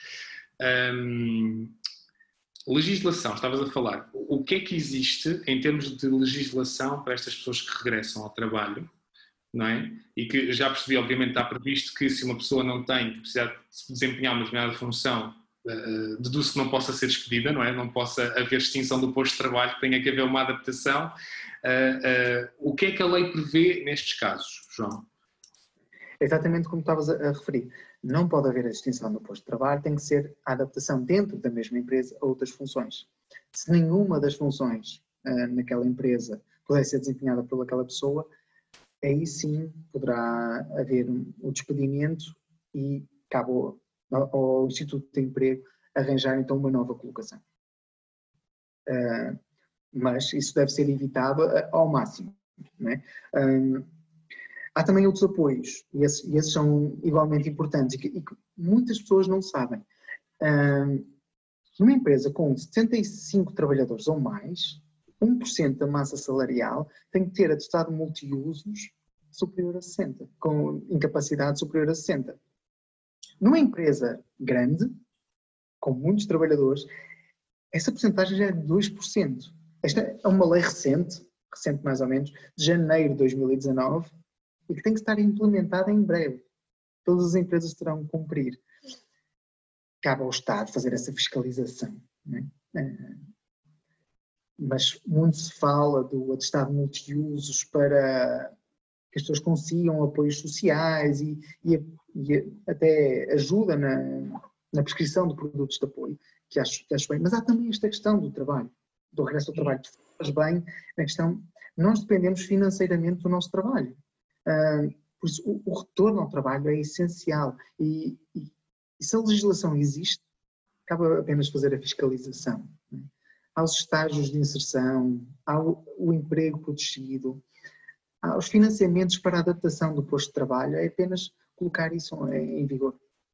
Um, legislação, estavas a falar. O que é que existe em termos de legislação para estas pessoas que regressam ao trabalho, não é? E que já percebi, obviamente, está previsto que se uma pessoa não tem que precisar de desempenhar uma determinada função, uh, deduz que não possa ser despedida, não é? Não possa haver extinção do posto de trabalho, que tenha que haver uma adaptação. Uh, uh, o que é que a lei prevê nestes casos, João? Exatamente como estavas a, a referir. Não pode haver a extinção do posto de trabalho, tem que ser a adaptação dentro da mesma empresa a outras funções. Se nenhuma das funções uh, naquela empresa puder ser desempenhada por aquela pessoa, aí sim poderá haver um, um despedimento e cabe ao, ao Instituto de Emprego arranjar então uma nova colocação. Uh, mas isso deve ser evitado ao máximo, não é? Um, há também outros apoios, e esses, e esses são igualmente importantes e que, e que muitas pessoas não sabem. Um, numa empresa com setenta e cinco trabalhadores ou mais, um por cento da massa salarial tem que ter atestado multiusos superior a sessenta, com incapacidade superior a sessenta. Numa empresa grande, com muitos trabalhadores, essa porcentagem já é de dois por cento. Esta é uma lei recente, recente mais ou menos, de janeiro de dois mil e dezanove, e que tem que estar implementada em breve. Todas as empresas terão que cumprir. Cabe ao Estado fazer essa fiscalização, não é? Mas muito se fala do atestado multiusos para que as pessoas consigam apoios sociais e, e, e até ajuda na, na prescrição de produtos de apoio, que acho, que acho bem. Mas há também esta questão do trabalho, do regresso ao trabalho. Tu faz bem na questão, nós dependemos financeiramente do nosso trabalho. Uh, por isso, o, o retorno ao trabalho é essencial e, e, e se a legislação existe, cabe apenas fazer a fiscalização. Né? Há os estágios de inserção, há o, o emprego protegido, há os financiamentos para a adaptação do posto de trabalho, é apenas colocar isso em, em vigor.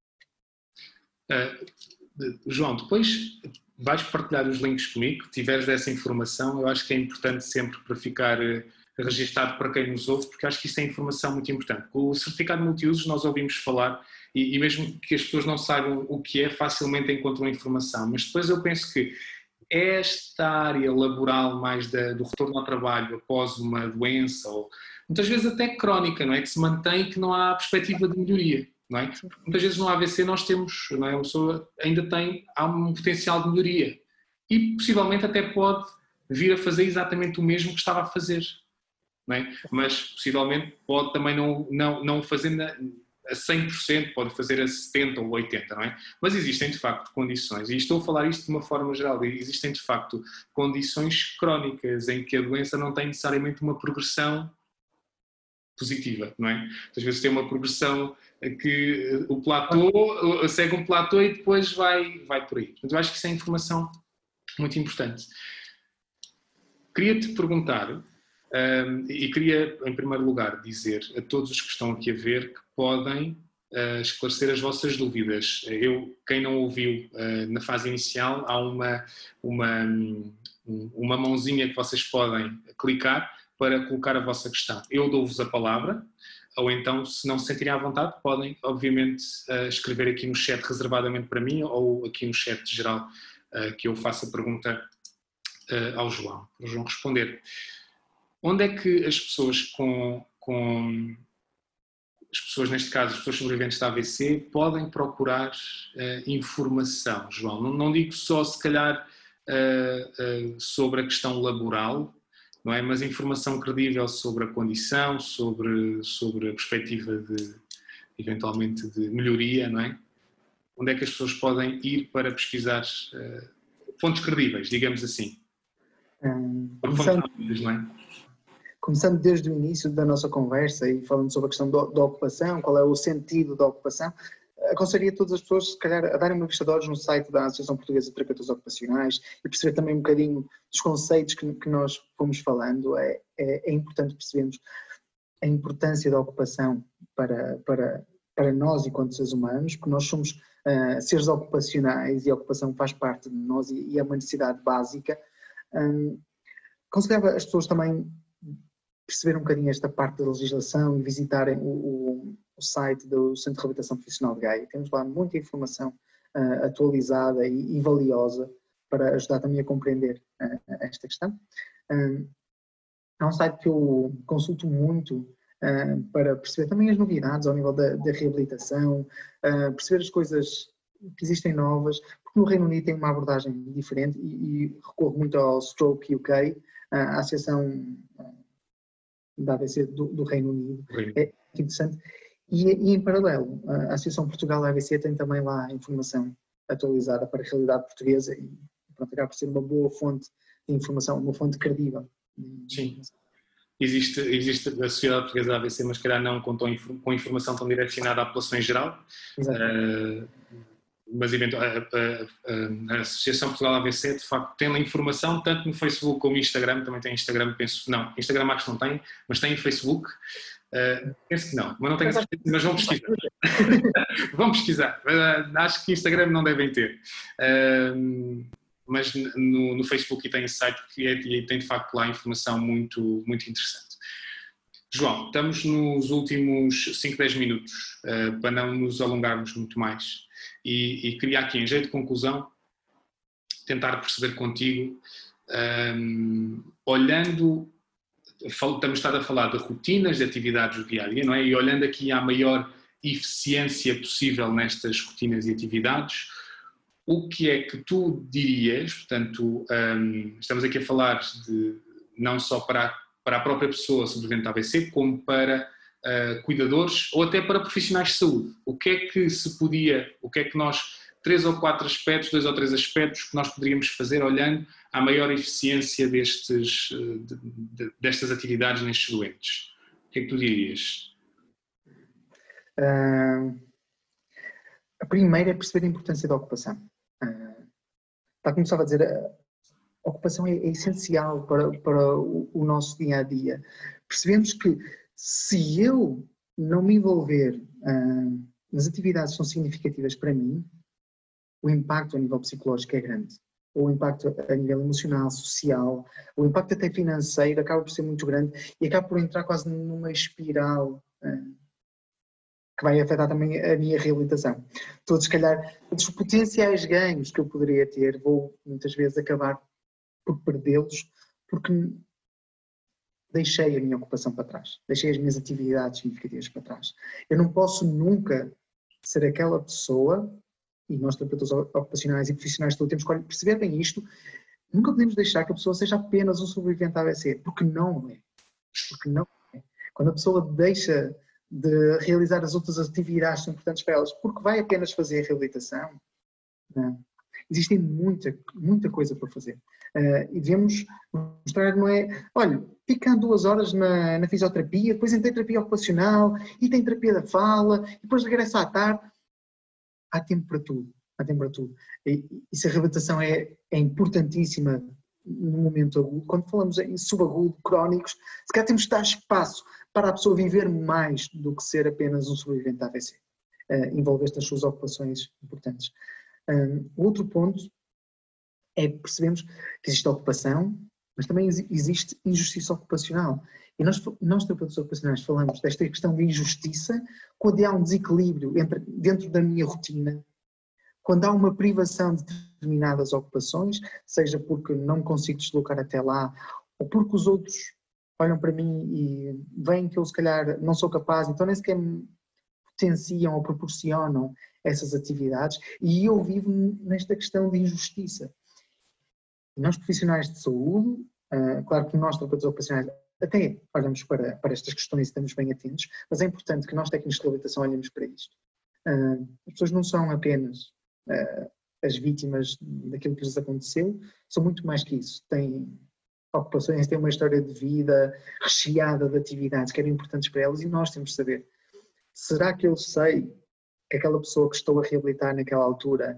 Uh, João, depois vais partilhar os links comigo, tiveres essa informação, eu acho que é importante sempre para ficar registado para quem nos ouve, porque acho que isso é informação muito importante. O certificado de multiusos nós ouvimos falar e, e mesmo que as pessoas não saibam o que é, facilmente encontram informação, mas depois eu penso que esta área laboral mais da, do retorno ao trabalho após uma doença, ou muitas vezes até crónica, não é? Que se mantém e que não há perspectiva de melhoria, não é? Muitas vezes no A V C nós temos, não é? Uma pessoa ainda tem, há um potencial de melhoria e possivelmente até pode vir a fazer exatamente o mesmo que estava a fazer, não é? Mas possivelmente pode também não, não, não fazer na, a cem por cento, pode fazer a setenta por cento ou oitenta por cento, não é? Mas existem de facto condições, e estou a falar isto de uma forma geral, existem de facto condições crónicas em que a doença não tem necessariamente uma progressão positiva, não é? Às vezes tem uma progressão que o platô, segue um platô e depois vai, vai por aí. Portanto, eu acho que isso é informação muito importante. Queria-te perguntar, um, e queria, em primeiro lugar, dizer a todos os que estão aqui a ver que podem uh, esclarecer as vossas dúvidas. Eu, quem não ouviu uh, na fase inicial, há uma, uma, uma mãozinha que vocês podem clicar para colocar a vossa questão. Eu dou-vos a palavra, ou então, se não se sentirem à vontade, podem, obviamente, uh, escrever aqui no chat reservadamente para mim, ou aqui no chat geral, uh, que eu faça a pergunta uh, ao João, para o João responder. Onde é que as pessoas com, com as pessoas, neste caso, as pessoas sobreviventes da A V C, podem procurar uh, informação, João? Não, não digo só, se calhar, uh, uh, sobre a questão laboral, não é? Mas informação credível sobre a condição, sobre, sobre a perspectiva de, eventualmente, de melhoria, não é? Onde é que as pessoas podem ir para pesquisar uh, fontes credíveis, digamos assim? Um, fontes credíveis, não é? Começando desde o início da nossa conversa e falando sobre a questão da, da ocupação, qual é o sentido da ocupação, aconselharia todas as pessoas, se calhar, a darem uma vista de olhos no site da Associação Portuguesa de Terapeutas Ocupacionais e perceber também um bocadinho dos conceitos que, que nós fomos falando. É, é, é importante percebermos a importância da ocupação para, para, para nós enquanto seres humanos, porque nós somos uh, seres ocupacionais e a ocupação faz parte de nós e, e é uma necessidade básica. Um, aconselhava as pessoas também perceber um bocadinho esta parte da legislação e visitarem o, o, o site do Centro de Reabilitação Profissional de Gaia. Temos lá muita informação uh, atualizada e, e valiosa para ajudar também a compreender uh, esta questão. Um, é um site que eu consulto muito uh, para perceber também as novidades ao nível da, da reabilitação, uh, perceber as coisas que existem novas, porque no Reino Unido tem uma abordagem diferente e, e recorro muito ao Stroke U K, uh, a Associação uh, da A V C do, do Reino Unido. Sim. É interessante. E, e em paralelo, a Associação Portugal da A V C tem também lá informação atualizada para a realidade portuguesa e pronto, acaba por ser uma boa fonte de informação, uma fonte credível. Sim. Existe, existe a Sociedade Portuguesa da A V C, mas calhar não com, tão, com informação tão direcionada à população em geral. Uh, mas a, a, a, a Associação Portugal da A V C, de facto, tem lá informação, tanto no Facebook como no Instagram. Também tem Instagram, penso, não, Instagram acho que não tem, mas tem Facebook. Uh, penso que não, mas não tenho a certeza, mas vão pesquisar. Vão pesquisar, uh, acho que Instagram não devem ter. Uh, mas no, no Facebook e tem esse site que é, e tem de facto lá informação muito, muito interessante. João, estamos nos últimos cinco, dez minutos, uh, para não nos alongarmos muito mais. E, e queria aqui, em jeito de conclusão, tentar perceber contigo, um, olhando, estamos estado a falar de rotinas, de atividades do dia a dia, não é? E olhando aqui à maior eficiência possível nestas rotinas e atividades, o que é que tu dirias, portanto, um, estamos aqui a falar de não só para a, para a própria pessoa sobrevivente da A V C, como para uh, cuidadores ou até para profissionais de saúde. O que é que se podia, o que é que nós, três ou quatro aspectos, dois ou três aspectos que nós poderíamos fazer olhando à maior eficiência destes, de, de, destas atividades nestes doentes? O que é que tu dirias? Uh, a primeira é perceber a importância da ocupação. Uh, tal como estava a dizer, a ocupação é, é essencial para, para o, o nosso dia a dia. Percebemos que se eu não me envolver uh, nas atividades que são significativas para mim, o impacto a nível psicológico é grande. O impacto a nível emocional, social, o impacto até financeiro acaba por ser muito grande e acaba por entrar quase numa espiral uh, que vai afetar também a minha reabilitação. Todos, se calhar, todos os potenciais ganhos que eu poderia ter, vou muitas vezes acabar por perdê-los porque deixei a minha ocupação para trás, deixei as minhas atividades significativas para trás. Eu não posso nunca ser aquela pessoa, e nós terapeutas ocupacionais e profissionais de saúde temos que perceber bem isto, nunca podemos deixar que a pessoa seja apenas um sobrevivente da A V C, porque não é. Porque não é. Quando a pessoa deixa de realizar as outras atividades que são importantes para elas, porque vai apenas fazer a reabilitação, não. Existem muita, muita coisa para fazer. Uh, e devemos mostrar, não é, olha, fica duas horas na, na fisioterapia, depois tem terapia ocupacional, e tem terapia da fala, e depois regressa à tarde. Há tempo para tudo, há tempo para tudo. E, e se a reabilitação é, é importantíssima no momento agudo, quando falamos em subagudo, crónicos, se calhar temos de dar espaço para a pessoa viver mais do que ser apenas um sobrevivente da A V C. Uh, envolver estas suas ocupações importantes. Um, outro ponto é que percebemos que existe ocupação, mas também existe injustiça ocupacional. E nós, nós terapeutas ocupacionais, falamos desta questão de injustiça quando há um desequilíbrio entre, dentro da minha rotina, quando há uma privação de determinadas ocupações, seja porque não me consigo deslocar até lá, ou porque os outros olham para mim e veem que eu se calhar não sou capaz, então nem sequer me potenciam ou proporcionam essas atividades, e eu vivo nesta questão de injustiça. E nós profissionais de saúde, uh, claro que nós terapeutas ocupacionais até olhamos para, para estas questões e estamos bem atentos, mas é importante que nós técnicos de reabilitação olhemos para isto. Uh, as pessoas não são apenas uh, as vítimas daquilo que lhes aconteceu, são muito mais que isso. Têm ocupações, têm uma história de vida recheada de atividades que eram importantes para elas, e nós temos de saber, será que eu sei que aquela pessoa que estou a reabilitar naquela altura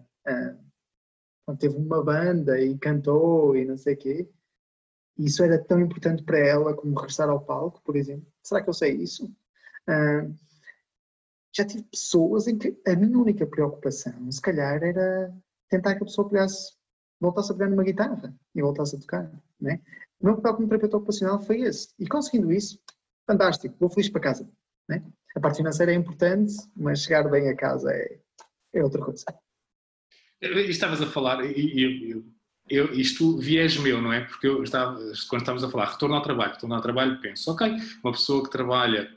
uh, teve uma banda e cantou e não sei o quê, e isso era tão importante para ela como regressar ao palco, por exemplo? Será que eu sei isso? Uh, já tive pessoas em que a minha única preocupação, se calhar, era tentar que a pessoa pegasse, voltasse a pegar numa guitarra e voltasse a tocar, não é? O meu papel como terapeuta ocupacional foi esse. E conseguindo isso, fantástico, vou feliz para casa, não é? A parte financeira é importante, mas chegar bem a casa é, é outra coisa. Estavas a falar, e eu, eu, isto viés meu, não é? Porque eu estava, quando estávamos a falar retorno ao trabalho, retorno ao trabalho, penso, ok, uma pessoa que trabalha,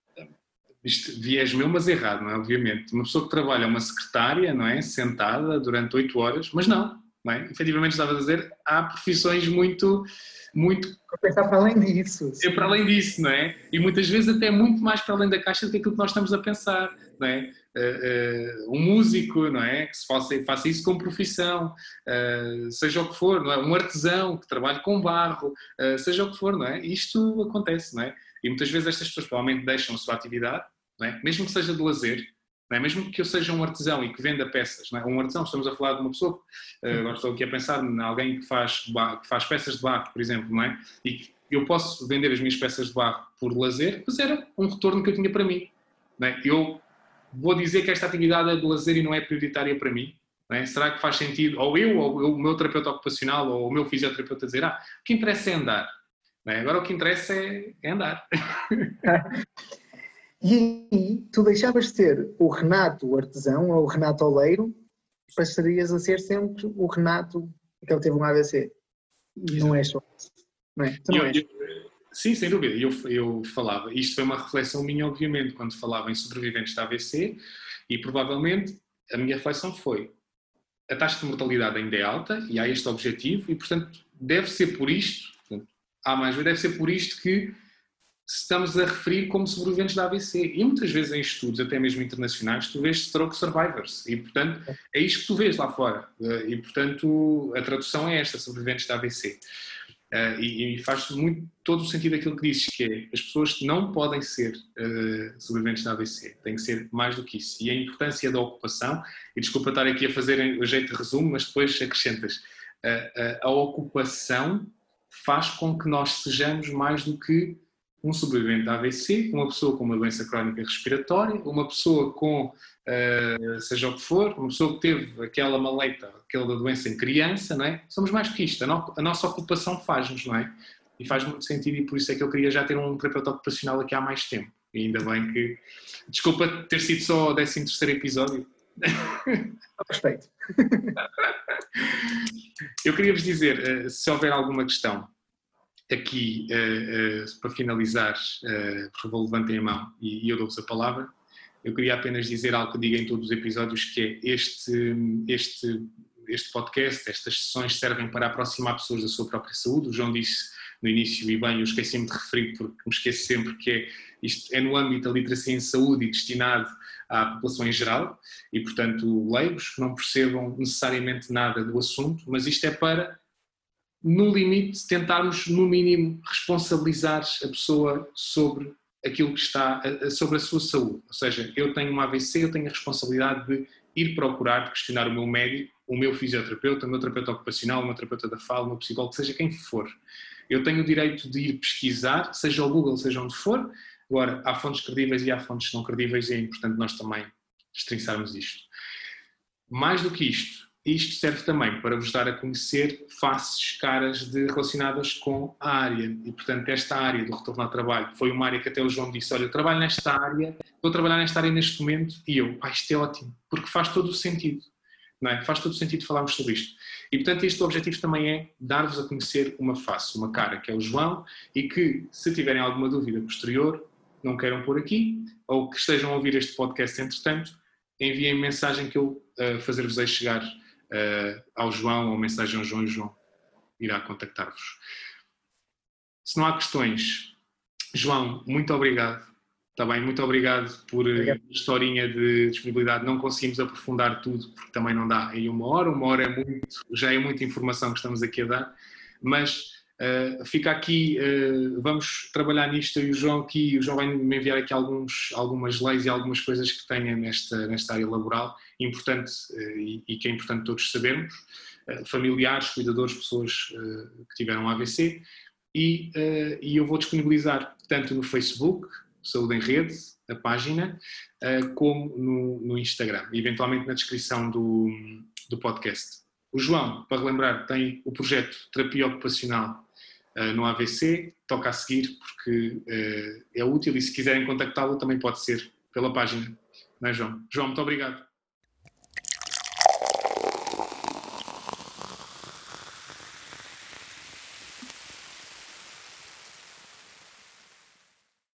isto viés meu, mas errado, não é? Obviamente, uma pessoa que trabalha, uma secretária, não é? Sentada durante oito horas, mas não, não é? Efetivamente estava a dizer, há profissões muito... muito pensar para além disso. É para além disso, não é? E muitas vezes até muito mais para além da caixa do que aquilo que nós estamos a pensar, não é? Uh, uh, um músico, não é? Que se faça, faça isso como profissão, uh, seja o que for, não é? Um artesão que trabalhe com barro, uh, seja o que for, não é? Isto acontece, não é? E muitas vezes estas pessoas provavelmente deixam a sua atividade, não é? Mesmo que seja de lazer, não é? Mesmo que eu seja um artesão e que venda peças, não é? Um artesão, estamos a falar de uma pessoa, uh, agora estou aqui a pensar em alguém que faz, que faz peças de barro, por exemplo, não é? E que eu posso vender as minhas peças de barro por lazer, mas era um retorno que eu tinha para mim, não é? Eu vou dizer que esta atividade é de lazer e não é prioritária para mim, não é? Será que faz sentido, ou eu, ou o meu terapeuta ocupacional, ou o meu fisioterapeuta dizer, ah, o que interessa é andar, não é? Agora o que interessa é, é andar. E aí, tu deixavas de ser o Renato o artesão, ou o Renato oleiro, passarias a ser sempre o Renato que ele teve um A V C. E não é só isso. Não é? Tu não eu, és. eu, sim, sem dúvida. Eu, eu falava, isto foi uma reflexão minha, obviamente, quando falava em sobreviventes de A V C, e provavelmente a minha reflexão foi, a taxa de mortalidade ainda é alta, e há este objetivo, e portanto deve ser por isto, portanto, há mais, deve ser por isto que estamos a referir como sobreviventes da A V C. E muitas vezes em estudos, até mesmo internacionais, tu vês stroke survivors. E, portanto, é isto que tu vês lá fora. E, portanto, a tradução é esta, sobreviventes da A V C. E, e faz muito, todo o sentido aquilo que dizes, que é, as pessoas não podem ser uh, sobreviventes da A V C. Tem que ser mais do que isso. E a importância da ocupação, e desculpa estar aqui a fazer o jeito de resumo, mas depois acrescentas, uh, uh, a ocupação faz com que nós sejamos mais do que um sobrevivente da A V C, uma pessoa com uma doença crónica respiratória, uma pessoa com, uh, seja o que for, uma pessoa que teve aquela maleta, aquela doença em criança, não é? Somos mais que isto, a, no, a nossa ocupação faz-nos, não é? E faz muito sentido, e por isso é que eu queria já ter um terapeuta ocupacional aqui há mais tempo. E ainda bem que... Desculpa ter sido só o décimo terceiro episódio. Perfeito. Eu queria-vos dizer, uh, se houver alguma questão, aqui, uh, uh, para finalizar, uh, por favor, levantem a mão e, e eu dou-vos a palavra. Eu queria apenas dizer algo que digo em todos os episódios, que é este, este, este podcast, estas sessões servem para aproximar pessoas da sua própria saúde. O João disse no início, e bem, eu esqueci-me de referir, porque me esqueço sempre, que é, isto é no âmbito da literacia em saúde e destinado à população em geral, e portanto leigos que não percebam necessariamente nada do assunto, mas isto é para no limite, tentarmos, no mínimo, responsabilizar a pessoa sobre aquilo que está, sobre a sua saúde. Ou seja, eu tenho um A V C, eu tenho a responsabilidade de ir procurar, de questionar o meu médico, o meu fisioterapeuta, o meu terapeuta ocupacional, o meu terapeuta da fala, o meu psicólogo, seja quem for. Eu tenho o direito de ir pesquisar, seja o Google, seja onde for. Agora, há fontes credíveis e há fontes não credíveis e é importante nós também destrinçarmos isto. Mais do que isto, isto serve também para vos dar a conhecer faces, caras de, relacionadas com a área. E, portanto, esta área do retorno ao trabalho foi uma área que até o João disse, olha, eu trabalho nesta área, estou a trabalhar nesta área neste momento, e eu, pá, isto é ótimo, porque faz todo o sentido. Não é? Faz todo o sentido falarmos sobre isto. E, portanto, este objetivo também é dar-vos a conhecer uma face, uma cara, que é o João, e que, se tiverem alguma dúvida posterior, não queiram pôr aqui, ou que estejam a ouvir este podcast entretanto, enviem mensagem que eu uh, fazer-vos chegar uh, ao João, ou mensagem ao João, e o João irá contactar-vos. Se não há questões, João, muito obrigado. Está bem, muito obrigado por obrigado. A historinha de disponibilidade. Não conseguimos aprofundar tudo, porque também não dá em uma hora. Uma hora é muito, já é muita informação que estamos aqui a dar, mas uh, fica aqui, uh, vamos trabalhar nisto, eu e o João aqui. O João vai me enviar aqui alguns, algumas leis e algumas coisas que tenha nesta, nesta área laboral, importante uh, e, e que é importante todos sabermos. Uh, familiares, cuidadores, pessoas uh, que tiveram A V C, e, uh, e eu vou disponibilizar tanto no Facebook, Saúde em Rede, a página, como no, no Instagram, e eventualmente na descrição do, do podcast. O João, para relembrar, tem o projeto Terapia Ocupacional no A V C, toca a seguir porque é útil, e se quiserem contactá-lo também pode ser pela página. Não é, João? João, muito obrigado.